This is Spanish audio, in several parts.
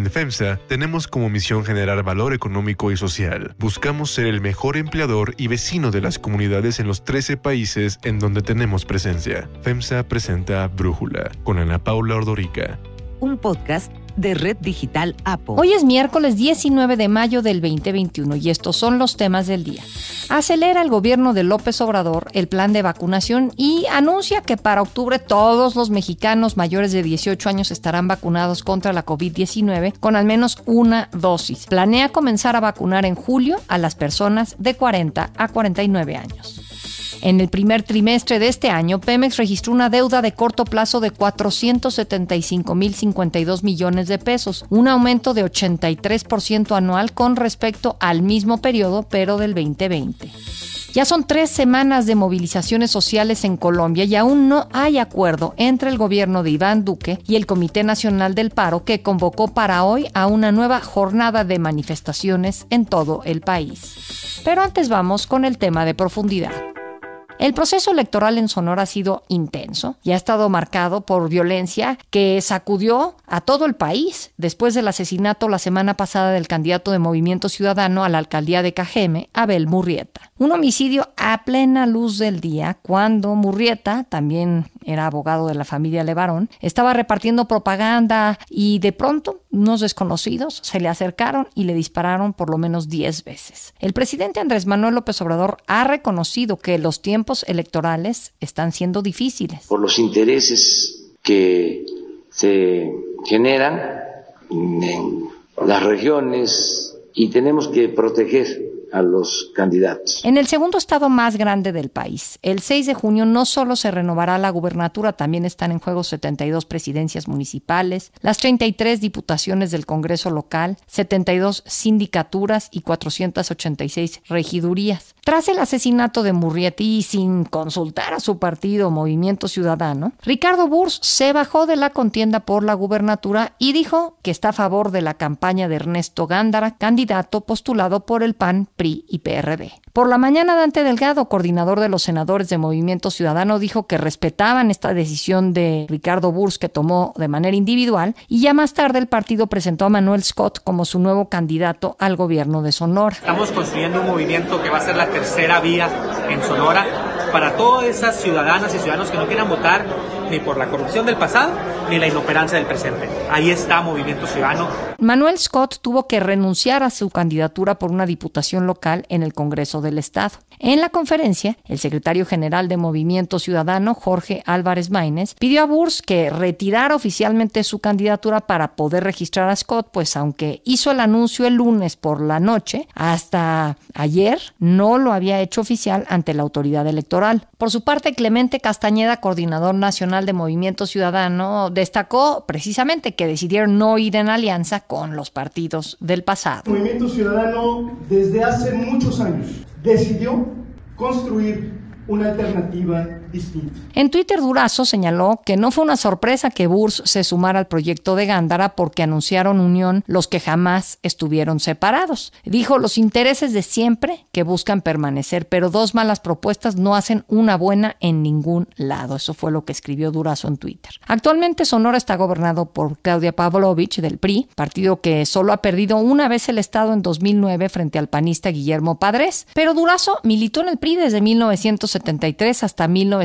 En FEMSA tenemos como misión generar valor económico y social. Buscamos ser el mejor empleador y vecino de las comunidades en los 13 países en donde tenemos presencia. FEMSA presenta Brújula con Ana Paula Ordorica. Un podcast de Red Digital APO. Hoy es miércoles 19 de mayo del 2021 y estos son los temas del día. Acelera el gobierno de López Obrador el plan de vacunación y anuncia que para octubre todos los mexicanos mayores de 18 años estarán vacunados contra la COVID-19 con al menos una dosis. Planea comenzar a vacunar en julio a las personas de 40 a 49 años. En el primer trimestre de este año, Pemex registró una deuda de corto plazo de 475,052 millones de pesos, un aumento de 83% anual con respecto al mismo periodo, pero del 2020. Ya son 3 semanas de movilizaciones sociales en Colombia y aún no hay acuerdo entre el gobierno de Iván Duque y el Comité Nacional del Paro, que convocó para hoy a una nueva jornada de manifestaciones en todo el país. Pero antes vamos con el tema de profundidad. El proceso electoral en Sonora ha sido intenso y ha estado marcado por violencia que sacudió a todo el país después del asesinato la semana pasada del candidato de Movimiento Ciudadano a la alcaldía de Cajeme, Abel Murrieta. Un homicidio a plena luz del día cuando Murrieta, también era abogado de la familia Levarón, estaba repartiendo propaganda y de pronto unos desconocidos se le acercaron y le dispararon por lo menos 10 veces. El presidente Andrés Manuel López Obrador ha reconocido que los tiempos electorales están siendo difíciles. Por los intereses que se generan en las regiones y tenemos que proteger a los candidatos. En el segundo estado más grande del país, el 6 de junio no solo se renovará la gubernatura, también están en juego 72 presidencias municipales, las 33 diputaciones del Congreso local, 72 sindicaturas y 486 regidurías. Tras el asesinato de Murrieta y sin consultar a su partido Movimiento Ciudadano, Ricardo Burs se bajó de la contienda por la gubernatura y dijo que está a favor de la campaña de Ernesto Gándara, candidato postulado por el PAN, PRI y PRD. Por la mañana, Dante Delgado, coordinador de los senadores de Movimiento Ciudadano, dijo que respetaban esta decisión de Ricardo Burs que tomó de manera individual y ya más tarde el partido presentó a Manuel Scott como su nuevo candidato al gobierno de Sonora. Estamos construyendo un movimiento que va a ser la tercera vía en Sonora para todas esas ciudadanas y ciudadanos que no quieran votar ni por la corrupción del pasado ni la inoperancia del presente. Ahí está Movimiento Ciudadano. Manuel Scott tuvo que renunciar a su candidatura por una diputación local en el Congreso del Estado. En la conferencia, el secretario general de Movimiento Ciudadano, Jorge Álvarez Maínez, pidió a Burs que retirara oficialmente su candidatura para poder registrar a Scott, pues aunque hizo el anuncio el lunes por la noche, hasta ayer no lo había hecho oficial ante la autoridad electoral. Por su parte, Clemente Castañeda, coordinador nacional de Movimiento Ciudadano, destacó precisamente que decidieron no ir en alianza con los partidos del pasado. Movimiento Ciudadano desde hace muchos años decidió construir una alternativa distinta. En Twitter, Durazo señaló que no fue una sorpresa que Burs se sumara al proyecto de Gándara porque anunciaron unión los que jamás estuvieron separados. Dijo los intereses de siempre que buscan permanecer, pero 2 malas propuestas no hacen una buena en ningún lado. Eso fue lo que escribió Durazo en Twitter. Actualmente Sonora está gobernado por Claudia Pavlovich del PRI, partido que solo ha perdido una vez el estado en 2009 frente al panista Guillermo Padres, pero Durazo militó en el PRI desde 1973 hasta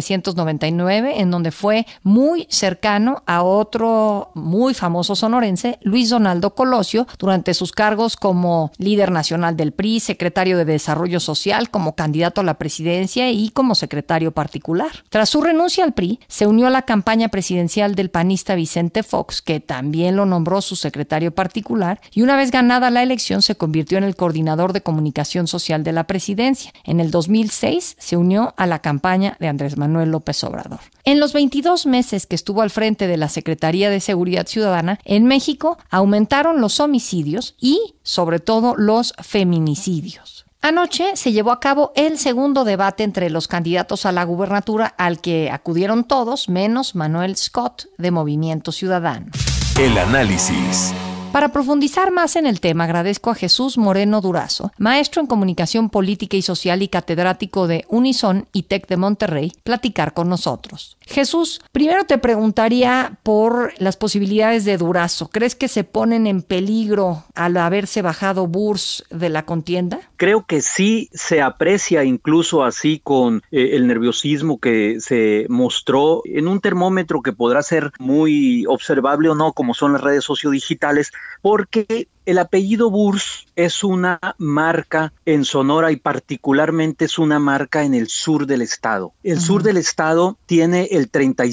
1999, en donde fue muy cercano a otro muy famoso sonorense, Luis Donaldo Colosio, durante sus cargos como líder nacional del PRI, secretario de Desarrollo Social, como candidato a la presidencia y como secretario particular. Tras su renuncia al PRI, se unió a la campaña presidencial del panista Vicente Fox, que también lo nombró su secretario particular, y una vez ganada la elección se convirtió en el coordinador de comunicación social de la presidencia. En el 2006 se unió a la campaña de Andrés Manuel López Obrador. En los 22 meses que estuvo al frente de la Secretaría de Seguridad Ciudadana, en México aumentaron los homicidios y, sobre todo, los feminicidios. Anoche se llevó a cabo el segundo debate entre los candidatos a la gubernatura, al que acudieron todos, menos Manuel Scott, de Movimiento Ciudadano. El análisis. Para profundizar más en el tema, agradezco a Jesús Moreno Durazo, maestro en Comunicación Política y Social y catedrático de Unison y TEC de Monterrey, platicar con nosotros. Jesús, primero te preguntaría por las posibilidades de Durazo. ¿Crees que se ponen en peligro al haberse bajado Burs de la contienda? Creo que sí se aprecia incluso así con el nerviosismo que se mostró en un termómetro que podrá ser muy observable o no, como son las redes sociodigitales, porque el apellido Burs es una marca en Sonora y particularmente es una marca en el sur del estado. El sur del estado tiene el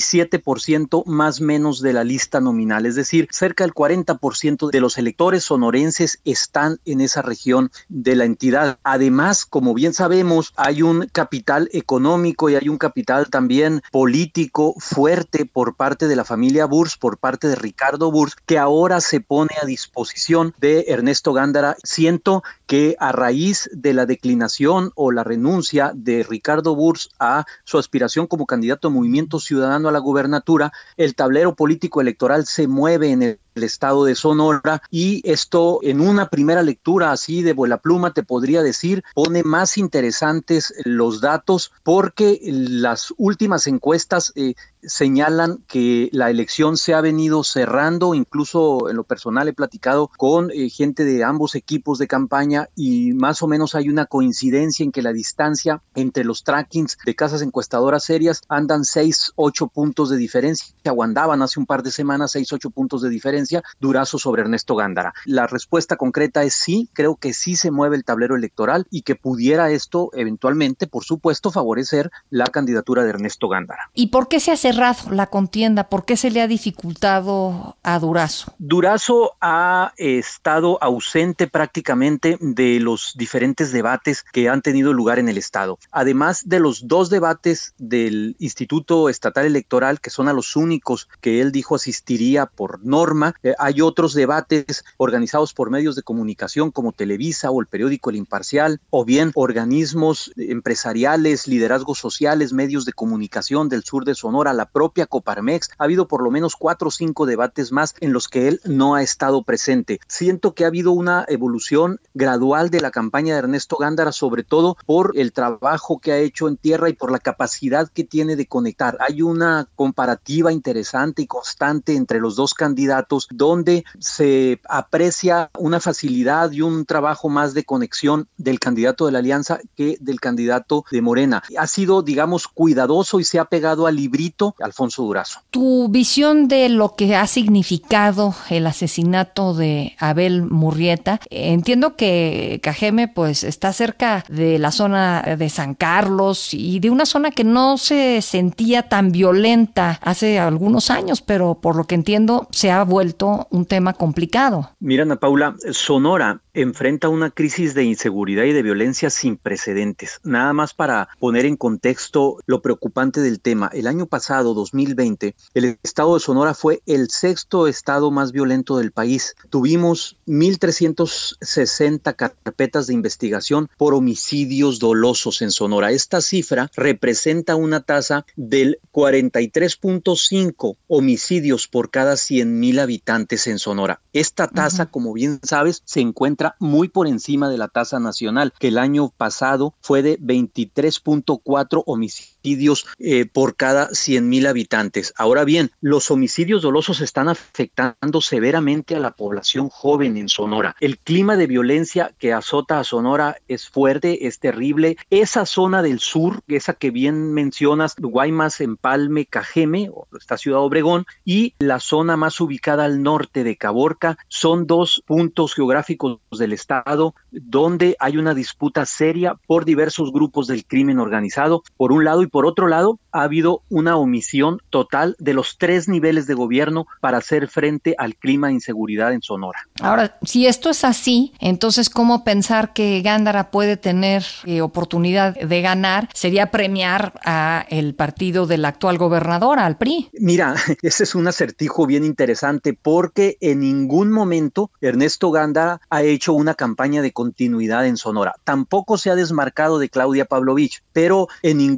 37% más menos de la lista nominal, es decir, cerca del 40% de los electores sonorenses están en esa región de la entidad. Además, como bien sabemos, hay un capital económico y hay un capital también político fuerte por parte de la familia Burs, por parte de Ricardo Burs, que ahora se pone a disposición de Ernesto Gándara. Siento que a raíz de la declinación o la renuncia de Ricardo Burs a su aspiración como candidato de Movimiento Ciudadano a la gubernatura, el tablero político electoral se mueve en el estado de Sonora y esto en una primera lectura así de vuelapluma te podría decir pone más interesantes los datos porque las últimas encuestas señalan que la elección se ha venido cerrando, incluso en lo personal he platicado con gente de ambos equipos de campaña y más o menos hay una coincidencia en que la distancia entre los trackings de casas encuestadoras serias andan 6-8 puntos de diferencia, o andaban hace un par de semanas 6-8 puntos de diferencia Durazo sobre Ernesto Gándara. La respuesta concreta es sí, creo que sí se mueve el tablero electoral y que pudiera esto eventualmente, por supuesto, favorecer la candidatura de Ernesto Gándara. ¿Y por qué se ha cerrado la contienda? ¿Por qué se le ha dificultado a Durazo? Durazo ha estado ausente prácticamente de los diferentes debates que han tenido lugar en el estado. Además de los 2 debates del Instituto Estatal Electoral, que son a los únicos que él dijo asistiría por norma, hay otros debates organizados por medios de comunicación como Televisa o el periódico El Imparcial, o bien organismos empresariales, liderazgos sociales, medios de comunicación del sur de Sonora, la propia Coparmex. Ha habido por lo menos 4 o 5 debates más en los que él no ha estado presente. Siento que ha habido una evolución gradual de la campaña de Ernesto Gándara, sobre todo por el trabajo que ha hecho en tierra y por la capacidad que tiene de conectar. Hay una comparativa interesante y constante entre los dos candidatos donde se aprecia una facilidad y un trabajo más de conexión del candidato de la alianza que del candidato de Morena. Ha sido, digamos, cuidadoso y se ha pegado al librito Alfonso Durazo. Tu visión de lo que ha significado el asesinato de Abel Murrieta, entiendo que Cajeme pues está cerca de la zona de San Carlos y de una zona que no se sentía tan violenta hace algunos años, pero por lo que entiendo se ha vuelto un tema complicado. Mira, Ana Paula, Sonora enfrenta una crisis de inseguridad y de violencia sin precedentes. Nada más para poner en contexto lo preocupante del tema. El año pasado, 2020, el estado de Sonora fue el 6º estado más violento del país. Tuvimos 1,360 carpetas de investigación por homicidios dolosos en Sonora. Esta cifra representa una tasa del 43.5 homicidios por cada 100,000 habitantes en Sonora. Esta tasa, como bien sabes, se encuentra muy por encima de la tasa nacional, que el año pasado fue de 23.4 homicidios por cada 100,000 habitantes. Ahora bien, los homicidios dolosos están afectando severamente a la población joven en Sonora. El clima de violencia que azota a Sonora es fuerte, es terrible. Esa zona del sur, esa que bien mencionas, Guaymas, Empalme, Cajeme, esta ciudad Obregón, y la zona más ubicada al norte de Caborca, son 2 puntos geográficos del estado donde hay una disputa seria por diversos grupos del crimen organizado, por un lado, y por otro lado ha habido una omisión total de los 3 niveles de gobierno para hacer frente al clima de inseguridad en Sonora. Ahora, si esto es así, entonces ¿cómo pensar que Gándara puede tener oportunidad de ganar? Sería premiar a el partido del actual gobernador, al PRI. Mira, ese es un acertijo bien interesante porque en ningún momento Ernesto Gándara ha hecho una campaña de continuidad en Sonora. Tampoco se ha desmarcado de Claudia Pavlovich, pero en ningún momento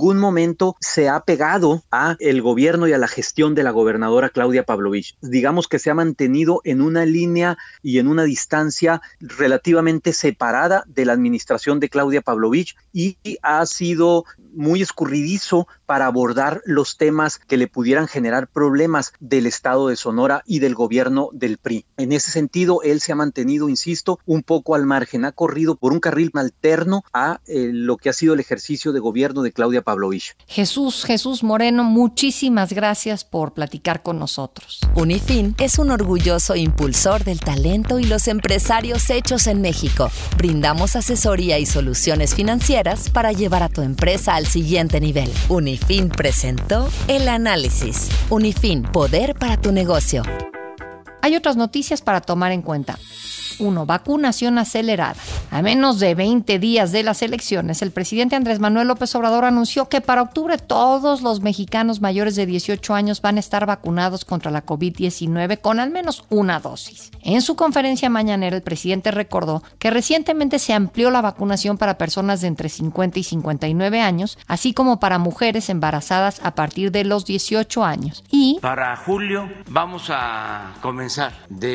momento se ha pegado a el gobierno y a la gestión de la gobernadora Claudia Pavlovich. Digamos que se ha mantenido en una línea y en una distancia relativamente separada de la administración de Claudia Pavlovich y ha sido muy escurridizo para abordar los temas que le pudieran generar problemas del estado de Sonora y del gobierno del PRI. En ese sentido, él se ha mantenido, insisto, un poco al margen, ha corrido por un carril alterno a lo que ha sido el ejercicio de gobierno de Claudia Pavlovich. Jesús Moreno, muchísimas gracias por platicar con nosotros. Unifin es un orgulloso impulsor del talento y los empresarios hechos en México. Brindamos asesoría y soluciones financieras para llevar a tu empresa al siguiente nivel. Unifin presentó El Análisis. Unifin, poder para tu negocio. Hay otras noticias para tomar en cuenta. 1. Vacunación acelerada. A menos de 20 días de las elecciones, el presidente Andrés Manuel López Obrador anunció que para octubre todos los mexicanos mayores de 18 años van a estar vacunados contra la COVID-19 con al menos una dosis. En su conferencia mañanera, el presidente recordó que recientemente se amplió la vacunación para personas de entre 50 y 59 años, así como para mujeres embarazadas a partir de los 18 años. Y para julio vamos a comenzar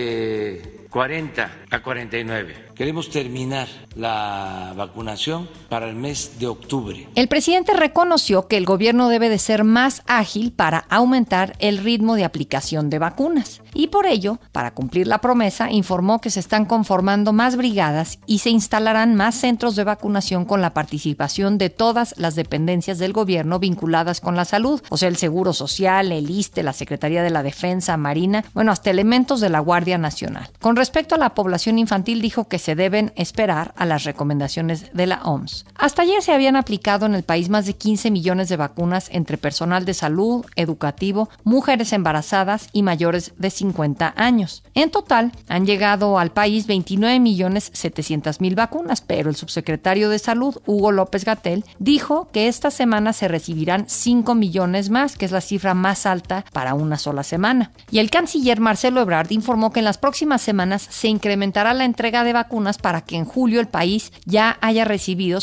de 40 a 49. Queremos terminar la vacunación para el mes de octubre. El presidente reconoció que el gobierno debe de ser más ágil para aumentar el ritmo de aplicación de vacunas. Y por ello, para cumplir la promesa, informó que se están conformando más brigadas y se instalarán más centros de vacunación con la participación de todas las dependencias del gobierno vinculadas con la salud, o sea, el Seguro Social, el ISSSTE, la Secretaría de la Defensa, Marina, hasta elementos de la Guardia Nacional. Con respecto a la población infantil, dijo que se deben esperar a las recomendaciones de la OMS. Hasta ayer se habían aplicado en el país más de 15 millones de vacunas entre personal de salud, educativo, mujeres embarazadas y mayores de 50 años. En total, han llegado al país 29.700.000 vacunas, pero el subsecretario de Salud, Hugo López-Gatell, dijo que esta semana se recibirán 5 millones más, que es la cifra más alta para una sola semana. Y el canciller Marcelo Ebrard informó que en las próximas semanas se incrementará la entrega de vacunas para que en julio el país ya haya recibido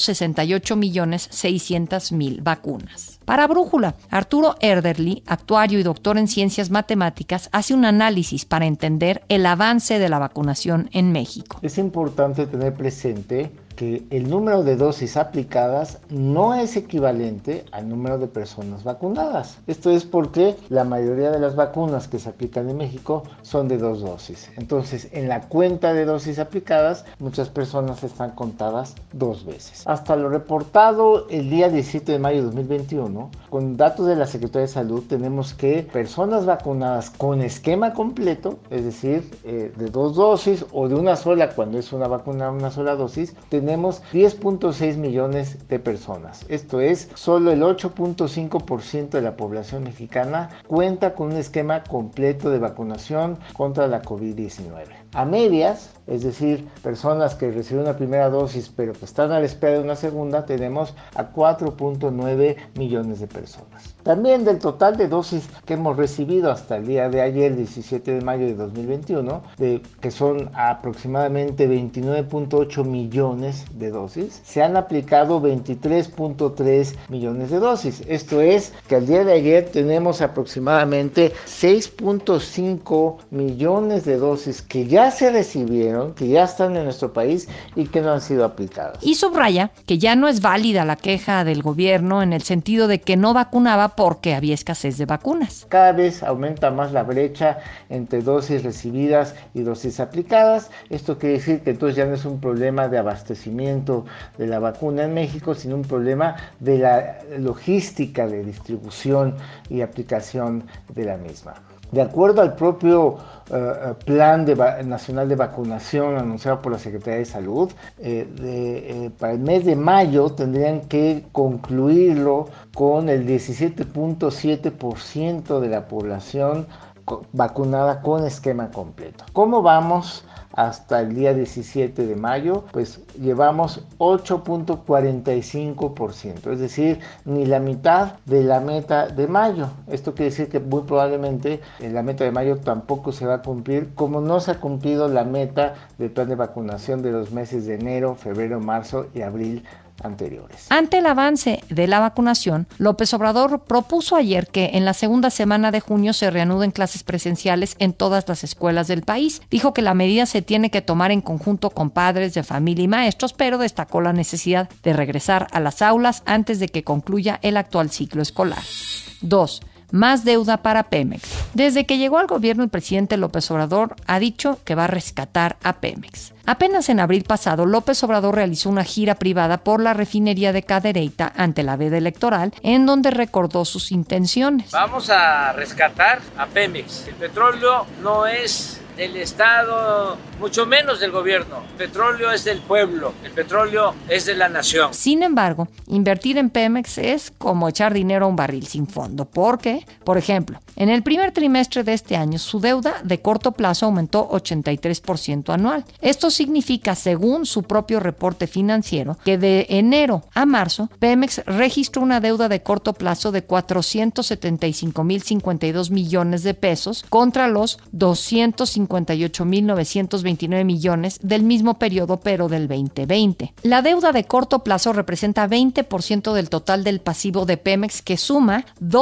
68.600.000 vacunas. Para Brújula, Arturo Erderly, actuario y doctor en ciencias matemáticas, hace un análisis para entender el avance de la vacunación en México. Es importante tener presente que el número de dosis aplicadas no es equivalente al número de personas vacunadas. Esto es porque la mayoría de las vacunas que se aplican en México son de 2 dosis. Entonces, en la cuenta de dosis aplicadas, muchas personas están contadas 2 veces. Hasta lo reportado el día 17 de mayo de 2021, con datos de la Secretaría de Salud, tenemos que personas vacunadas con esquema completo, es decir, de 2 dosis o de una sola cuando es una vacuna, una sola dosis, tenemos 10.6 millones de personas. Esto es, solo el 8.5% de la población mexicana cuenta con un esquema completo de vacunación contra la COVID-19. A medias, es decir, personas que recibieron una primera dosis pero que están a la espera de una segunda, tenemos a 4.9 millones de personas. También del total de dosis que hemos recibido hasta el día de ayer, 17 de mayo de 2021, que son aproximadamente 29.8 millones de dosis, se han aplicado 23.3 millones de dosis. Esto es que al día de ayer tenemos aproximadamente 6.5 millones de dosis que ya se recibieron, que ya están en nuestro país y que no han sido aplicadas. Y subraya que ya no es válida la queja del gobierno en el sentido de que no vacunaba porque había escasez de vacunas. Cada vez aumenta más la brecha entre dosis recibidas y dosis aplicadas. Esto quiere decir que entonces ya no es un problema de abastecimiento de la vacuna en México, sino un problema de la logística de distribución y aplicación de la misma. De acuerdo al propio Plan Nacional de Vacunación anunciado por la Secretaría de Salud, para el mes de mayo tendrían que concluirlo con el 17.7% de la población vacunada con esquema completo. ¿Cómo vamos? Hasta el día 17 de mayo, pues llevamos 8.45%, es decir, ni la mitad de la meta de mayo. Esto quiere decir que muy probablemente la meta de mayo tampoco se va a cumplir, como no se ha cumplido la meta del plan de vacunación de los meses de enero, febrero, marzo y abril anteriores. Ante el avance de la vacunación, López Obrador propuso ayer que en la segunda semana de junio se reanuden clases presenciales en todas las escuelas del país. Dijo que la medida se tiene que tomar en conjunto con padres de familia y maestros, pero destacó la necesidad de regresar a las aulas antes de que concluya el actual ciclo escolar. 2. Más deuda para Pemex. Desde que llegó al gobierno, el presidente López Obrador ha dicho que va a rescatar a Pemex. Apenas en abril pasado, López Obrador realizó una gira privada por la refinería de Cadereyta ante la veda electoral, en donde recordó sus intenciones. Vamos a rescatar a Pemex. El petróleo no es del Estado, mucho menos del gobierno. El petróleo es del pueblo, el petróleo es de la nación. Sin embargo, invertir en Pemex es como echar dinero a un barril sin fondo, porque, por ejemplo, en el primer trimestre de este año, su deuda de corto plazo aumentó 83% anual. Esto significa, según su propio reporte financiero, que de enero a marzo, Pemex registró una deuda de corto plazo de 475,052 millones de pesos contra los 258,929 millones del mismo periodo, pero del 2020. La deuda de corto plazo representa 20% del total del pasivo de Pemex, que suma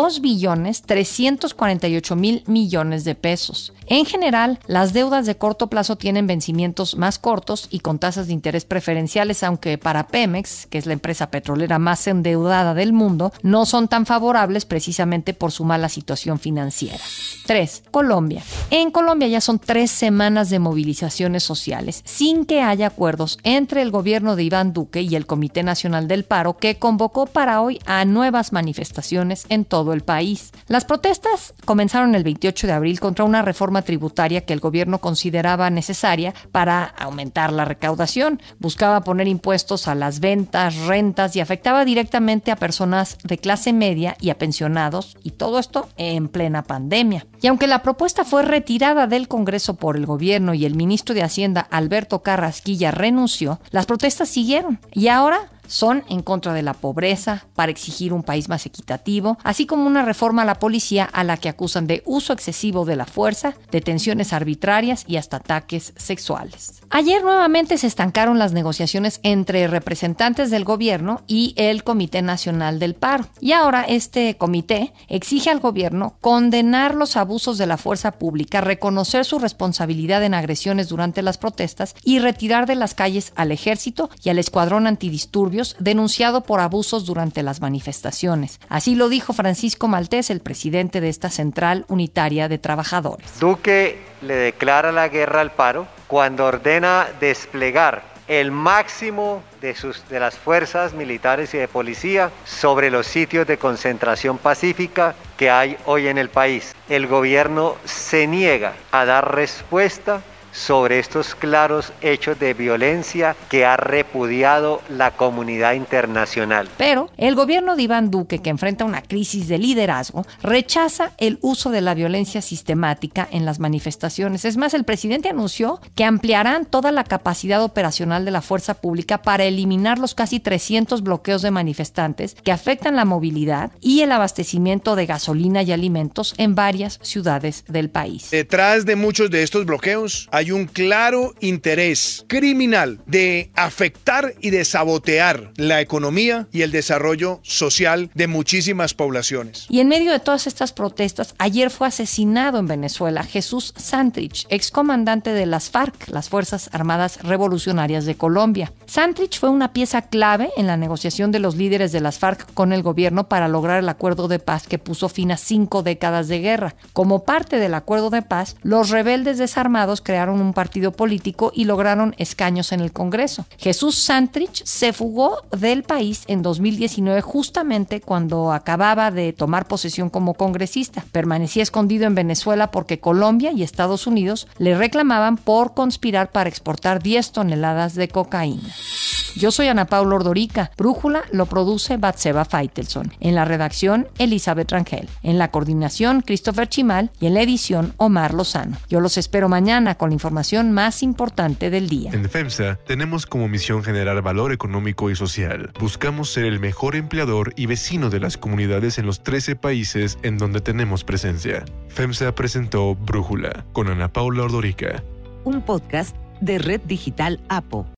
2,348,000 millones de pesos. En general, las deudas de corto plazo tienen vencimientos más cortos y con tasas de interés preferenciales, aunque para Pemex, que es la empresa petrolera más endeudada del mundo, no son tan favorables precisamente por su mala situación financiera. 3. Colombia. En Colombia ya son 3 semanas de movilizaciones sociales sin que haya acuerdos entre el gobierno de Iván Duque y el Comité Nacional del Paro, que convocó para hoy a nuevas manifestaciones en todo el país. Las protestas comenzaron el 28 de abril contra una reforma tributaria que el gobierno consideraba necesaria para aumentar la recaudación. Buscaba poner impuestos a las ventas, rentas y afectaba directamente a personas de clase media y a pensionados, y todo esto en plena pandemia. Y aunque la propuesta fue retirada del Congreso por el gobierno y el ministro de Hacienda, Alberto Carrasquilla, renunció, las protestas siguieron y ahora son en contra de la pobreza, para exigir un país más equitativo, así como una reforma a la policía a la que acusan de uso excesivo de la fuerza, detenciones arbitrarias y hasta ataques sexuales. Ayer nuevamente se estancaron las negociaciones entre representantes del gobierno y el Comité Nacional del Paro. Y ahora este comité exige al gobierno condenar los abusos de la fuerza pública, reconocer su responsabilidad en agresiones durante las protestas y retirar de las calles al ejército y al escuadrón antidisturbios denunciado por abusos durante las manifestaciones. Así lo dijo Francisco Maltés, el presidente de esta Central Unitaria de Trabajadores. Duque le declara la guerra al paro cuando ordena desplegar el máximo de las fuerzas militares y de policía sobre los sitios de concentración pacífica que hay hoy en el país. El gobierno se niega a dar respuesta sobre estos claros hechos de violencia que ha repudiado la comunidad internacional. Pero el gobierno de Iván Duque, que enfrenta una crisis de liderazgo, rechaza el uso de la violencia sistemática en las manifestaciones. Es más, el presidente anunció que ampliarán toda la capacidad operacional de la fuerza pública para eliminar los casi 300 bloqueos de manifestantes que afectan la movilidad y el abastecimiento de gasolina y alimentos en varias ciudades del país. Detrás de muchos de estos bloqueos hay un claro interés criminal de afectar y de sabotear la economía y el desarrollo social de muchísimas poblaciones. Y en medio de todas estas protestas, ayer fue asesinado en Venezuela Jesús Santrich, excomandante de las FARC, las Fuerzas Armadas Revolucionarias de Colombia. Santrich fue una pieza clave en la negociación de los líderes de las FARC con el gobierno para lograr el acuerdo de paz que puso fin a 5 décadas de guerra. Como parte del acuerdo de paz, los rebeldes desarmados crearon un partido político y lograron escaños en el Congreso. Jesús Santrich se fugó del país en 2019, justamente cuando acababa de tomar posesión como congresista. Permanecía escondido en Venezuela porque Colombia y Estados Unidos le reclamaban por conspirar para exportar 10 toneladas de cocaína. Yo soy Ana Paula Ordorica. Brújula lo produce Batseba Feitelson. En la redacción, Elizabeth Rangel. En la coordinación, Christopher Chimal. Y en la edición, Omar Lozano. Yo los espero mañana con la información más importante del día. En FEMSA tenemos como misión generar valor económico y social. Buscamos ser el mejor empleador y vecino de las comunidades en los 13 países en donde tenemos presencia. FEMSA presentó Brújula con Ana Paula Ordorica. Un podcast de Red Digital APO.